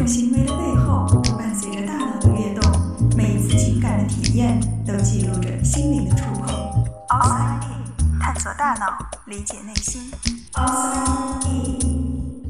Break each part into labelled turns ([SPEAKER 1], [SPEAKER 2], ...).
[SPEAKER 1] 种行为的背后伴随着大脑的跃动，每一次情感的体验都记录着心灵的触碰。 Outside In， 探索大脑，理解内心。 Outside In，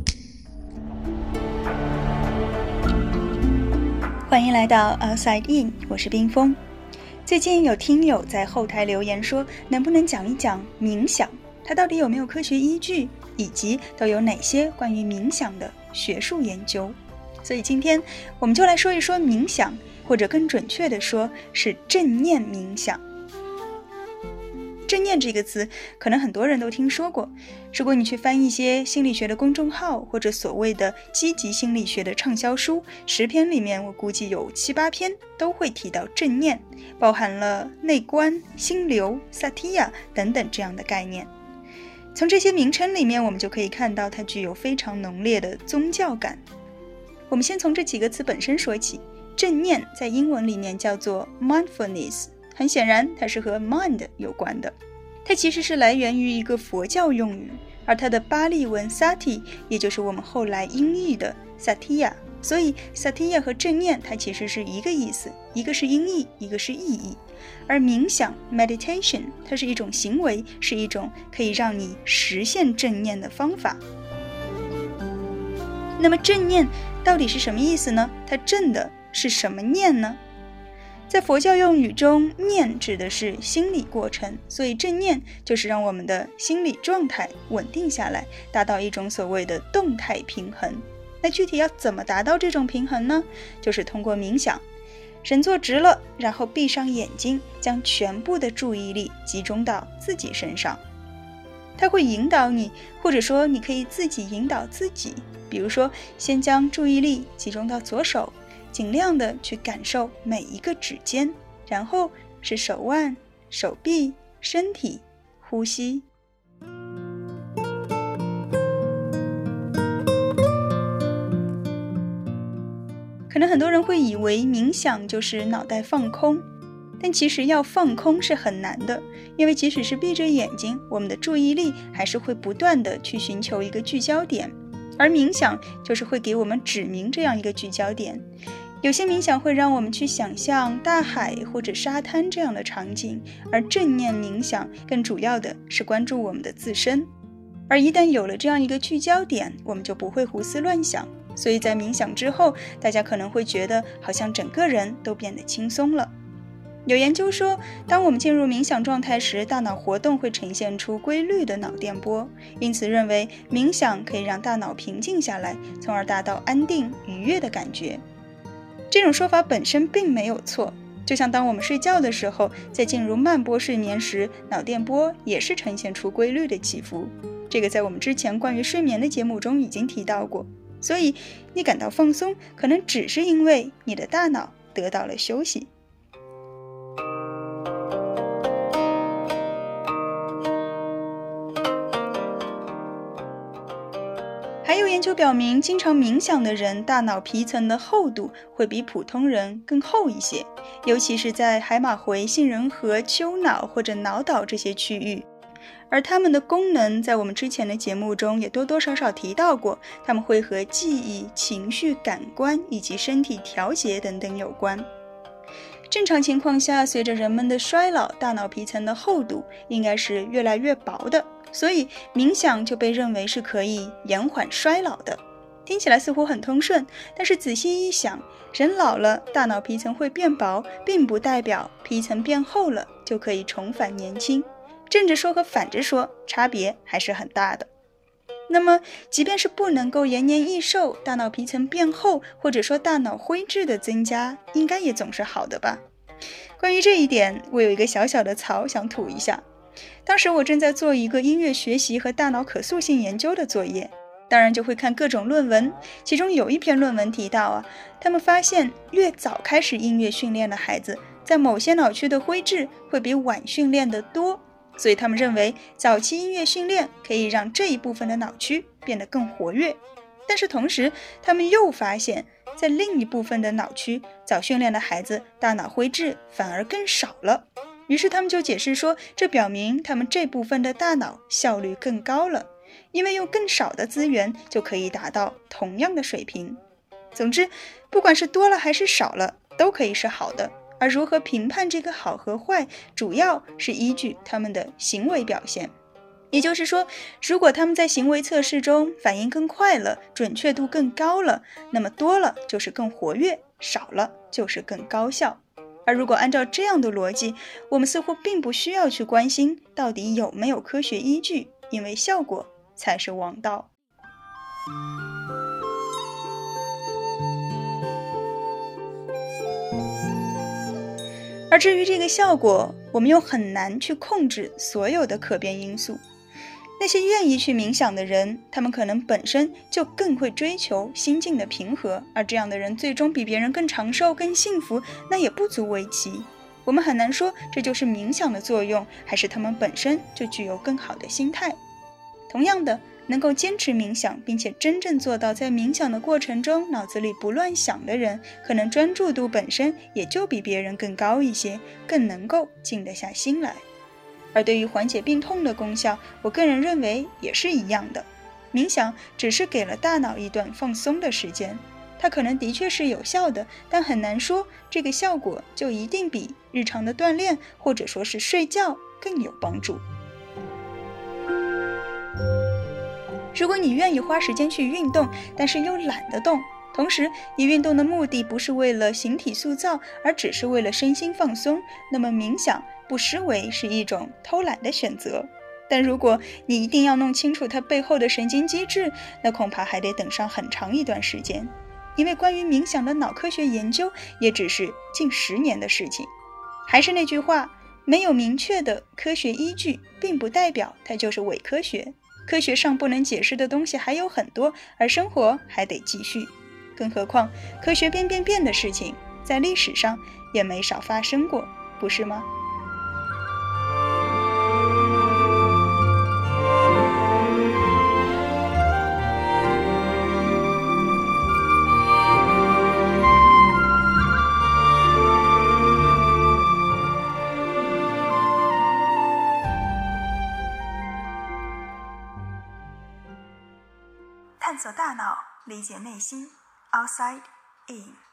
[SPEAKER 2] 欢迎来到 Outside In， 我是冰峰。最近有听友在后台留言说，能不能讲一讲冥想，它到底有没有科学依据，以及都有哪些关于冥想的学术研究。所以今天我们就来说一说冥想，或者更准确的说是正念冥想。正念这个词可能很多人都听说过，如果你去翻一些心理学的公众号，或者所谓的积极心理学的畅销书，10篇里面我估计有7、8篇都会提到正念，包含了内观、心流、萨提亚等等这样的概念。从这些名称里面我们就可以看到它具有非常浓烈的宗教感。我们先从这几个词本身说起。正念在英文里面叫做 mindfulness， 很显然它是和 mind 有关的，它其实是来源于一个佛教用语，而它的巴利文 sati 也就是我们后来音译的 satya， 所以 satya 和正念它其实是一个意思，一个是音译，一个是意译。而冥想 meditation 它是一种行为，是一种可以让你实现正念的方法。那么正念到底是什么意思呢？它正的是什么念呢？在佛教用语中，念指的是心理过程，所以正念就是让我们的心理状态稳定下来，达到一种所谓的动态平衡。那具体要怎么达到这种平衡呢？就是通过冥想，人坐直了，然后闭上眼睛，将全部的注意力集中到自己身上。它会引导你，或者说你可以自己引导自己。比如说，先将注意力集中到左手，尽量的去感受每一个指尖，然后是手腕、手臂、身体、呼吸。可能很多人会以为冥想就是脑袋放空，但其实要放空是很难的，因为即使是闭着眼睛，我们的注意力还是会不断的去寻求一个聚焦点，而冥想就是会给我们指明这样一个聚焦点。有些冥想会让我们去想象大海或者沙滩这样的场景，而正念冥想更主要的是关注我们的自身。而一旦有了这样一个聚焦点，我们就不会胡思乱想，所以在冥想之后，大家可能会觉得好像整个人都变得轻松了。有研究说，当我们进入冥想状态时，大脑活动会呈现出规律的脑电波，因此认为冥想可以让大脑平静下来，从而达到安定愉悦的感觉。这种说法本身并没有错，就像当我们睡觉的时候，在进入慢波睡眠时，脑电波也是呈现出规律的起伏。这个在我们之前关于睡眠的节目中已经提到过，所以你感到放松，可能只是因为你的大脑得到了休息。还有研究表明，经常冥想的人大脑皮层的厚度会比普通人更厚一些，尤其是在海马回、杏仁核、丘脑或者脑岛这些区域。而它们的功能在我们之前的节目中也多多少少提到过，它们会和记忆、情绪、感官以及身体调节等等有关。正常情况下，随着人们的衰老，大脑皮层的厚度应该是越来越薄的，所以冥想就被认为是可以延缓衰老的。听起来似乎很通顺，但是仔细一想，人老了，大脑皮层会变薄，并不代表皮层变厚了就可以重返年轻。正着说和反着说，差别还是很大的。那么，即便是不能够延年益寿，大脑皮层变厚，或者说大脑灰质的增加，应该也总是好的吧？关于这一点，我有一个小小的槽想吐一下。当时我正在做一个音乐学习和大脑可塑性研究的作业，当然就会看各种论文，其中有一篇论文提到他们发现越早开始音乐训练的孩子，在某些脑区的灰质会比晚训练的多，所以他们认为早期音乐训练可以让这一部分的脑区变得更活跃。但是同时他们又发现，在另一部分的脑区，早训练的孩子大脑灰质反而更少了。于是他们就解释说，这表明他们这部分的大脑效率更高了，因为用更少的资源就可以达到同样的水平。 总之，不管是多了还是少了，都可以是好的。而如何评判这个好和坏，主要是依据他们的行为表现。也就是说，如果他们在行为测试中反应更快了，准确度更高了，那么多了就是更活跃，少了就是更高效。而如果按照这样的逻辑，我们似乎并不需要去关心到底有没有科学依据，因为效果才是王道。而至于这个效果，我们又很难去控制所有的可变因素。那些愿意去冥想的人，他们可能本身就更会追求心境的平和，而这样的人最终比别人更长寿、更幸福，那也不足为奇。我们很难说这就是冥想的作用，还是他们本身就具有更好的心态。同样的，能够坚持冥想，并且真正做到在冥想的过程中脑子里不乱想的人，可能专注度本身也就比别人更高一些，更能够静得下心来。而对于缓解病痛的功效，我个人认为也是一样的。冥想只是给了大脑一段放松的时间，它可能的确是有效的，但很难说这个效果就一定比日常的锻炼或者说是睡觉更有帮助。如果你愿意花时间去运动，但是又懒得动，同时你运动的目的不是为了形体塑造，而只是为了身心放松，那么冥想不失为是一种偷懒的选择。但如果你一定要弄清楚它背后的神经机制，那恐怕还得等上很长一段时间，因为关于冥想的脑科学研究也只是近10年的事情。还是那句话，没有明确的科学依据，并不代表它就是伪科学。科学上不能解释的东西还有很多，而生活还得继续。更何况，科学变的事情，在历史上也没少发生过，不是吗？
[SPEAKER 1] 探索大脑，理解内心 ，Outside In。